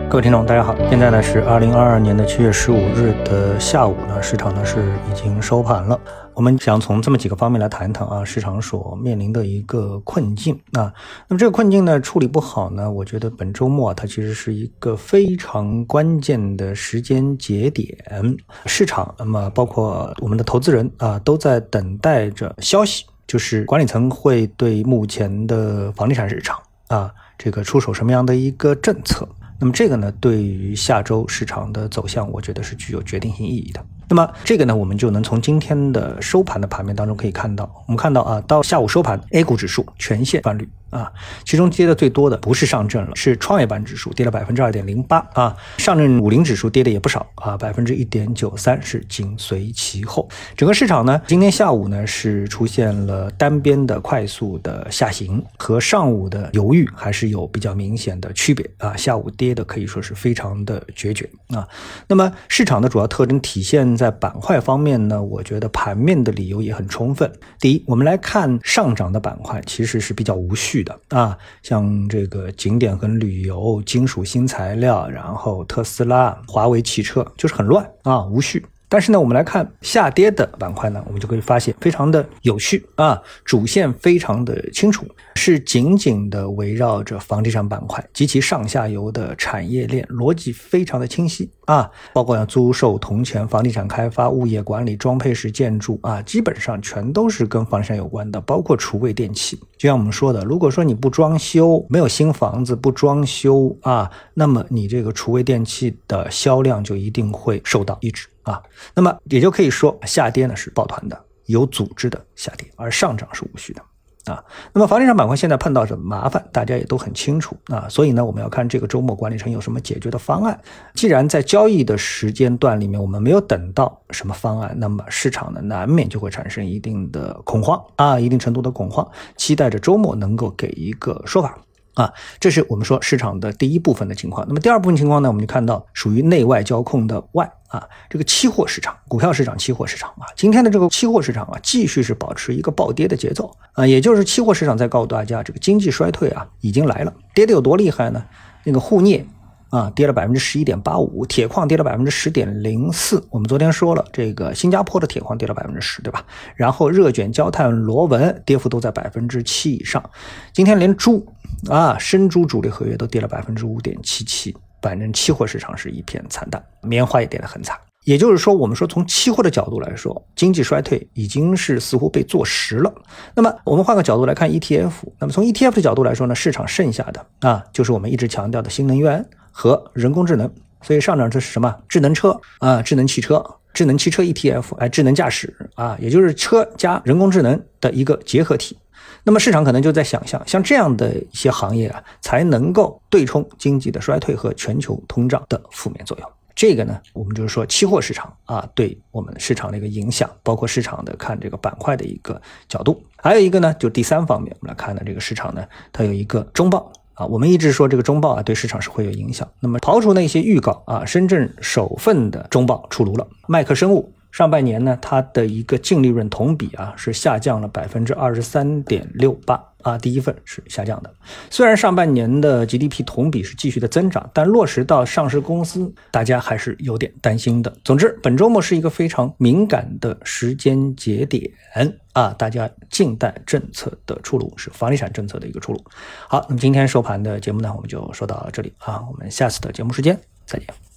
各位听众大家好，现在呢是2022年的7月15日的下午呢，市场呢是已经收盘了。我们想从这么几个方面来谈一谈市场所面临的一个困境那么这个困境呢处理不好呢，我觉得本周末它其实是一个非常关键的时间节点，市场那么包括我们的投资人都在等待着消息，就是管理层会对目前的房地产市场这个出手什么样的一个政策。那么这个呢，对于下周市场的走向，我觉得是具有决定性意义的。那么这个呢，我们就能从今天的收盘的盘面当中可以看到，我们看到到下午收盘 A 股指数全线翻绿其中跌的最多的不是上证了，是创业板指数跌了 2.08% 上证50指数跌的也不少1.93% 是紧随其后。整个市场呢，今天下午呢是出现了单边的快速的下行，和上午的犹豫还是有比较明显的区别下午跌的可以说是非常的决绝那么市场的主要特征体现在板块方面呢，我觉得盘面的理由也很充分。第一，我们来看上涨的板块其实是比较无序的像这个景点和旅游、金属新材料，然后特斯拉、华为汽车，就是很乱无序。但是呢，我们来看下跌的板块呢，我们就可以发现非常的有序主线非常的清楚，是紧紧的围绕着房地产板块及其上下游的产业链，逻辑非常的清晰包括像租售、铜钱、房地产开发、物业管理、装配式建筑基本上全都是跟房地产有关的，包括厨卫电器。就像我们说的，如果说你不装修，没有新房子不装修那么你这个厨卫电器的销量就一定会受到抑制那么也就可以说下跌呢是抱团的，有组织的下跌，而上涨是无序的那么房地产板块现在碰到什么麻烦，大家也都很清楚所以呢，我们要看这个周末管理层有什么解决的方案。既然在交易的时间段里面我们没有等到什么方案，那么市场呢难免就会产生一定的恐慌一定程度的恐慌，期待着周末能够给一个说法这是我们说市场的第一部分的情况。那么第二部分情况呢，我们就看到属于内外交控的外这个期货市场、股票市场、期货市场今天的这个期货市场继续是保持一个暴跌的节奏也就是期货市场在告诉大家，这个经济衰退已经来了。跌得有多厉害呢？那个沪镍跌了 11.85%， 铁矿跌了 10.04%。 我们昨天说了，这个新加坡的铁矿跌了 10%， 对吧？然后热卷、焦炭、螺纹跌幅都在 7% 以上。今天连猪生猪主力合约都跌了 5.77%， 反正期货市场是一片惨淡，棉花也跌得很惨。也就是说，我们说从期货的角度来说，经济衰退已经是似乎被坐实了。那么我们换个角度来看 ETF， 那么从 ETF 的角度来说呢，市场剩下的就是我们一直强调的新能源和人工智能。所以上涨这是什么？智能车智能汽车、智能汽车 ETF 智能驾驶也就是车加人工智能的一个结合体。那么市场可能就在想象，像这样的一些行业才能够对冲经济的衰退和全球通胀的负面作用。这个呢，我们就是说期货市场对我们市场的一个影响，包括市场的看这个板块的一个角度。还有一个呢，就第三方面，我们来看呢，这个市场呢，它有一个中报我们一直说这个中报对市场是会有影响。那么刨除那些预告深圳首份的中报出炉了，麦克生物上半年呢，它的一个净利润同比是下降了 23.68%第一份是下降的。虽然上半年的 GDP 同比是继续的增长，但落实到上市公司，大家还是有点担心的。总之，本周末是一个非常敏感的时间节点大家静待政策的出炉，是房地产政策的一个出炉。好，那么今天收盘的节目呢，我们就说到这里我们下次的节目时间再见。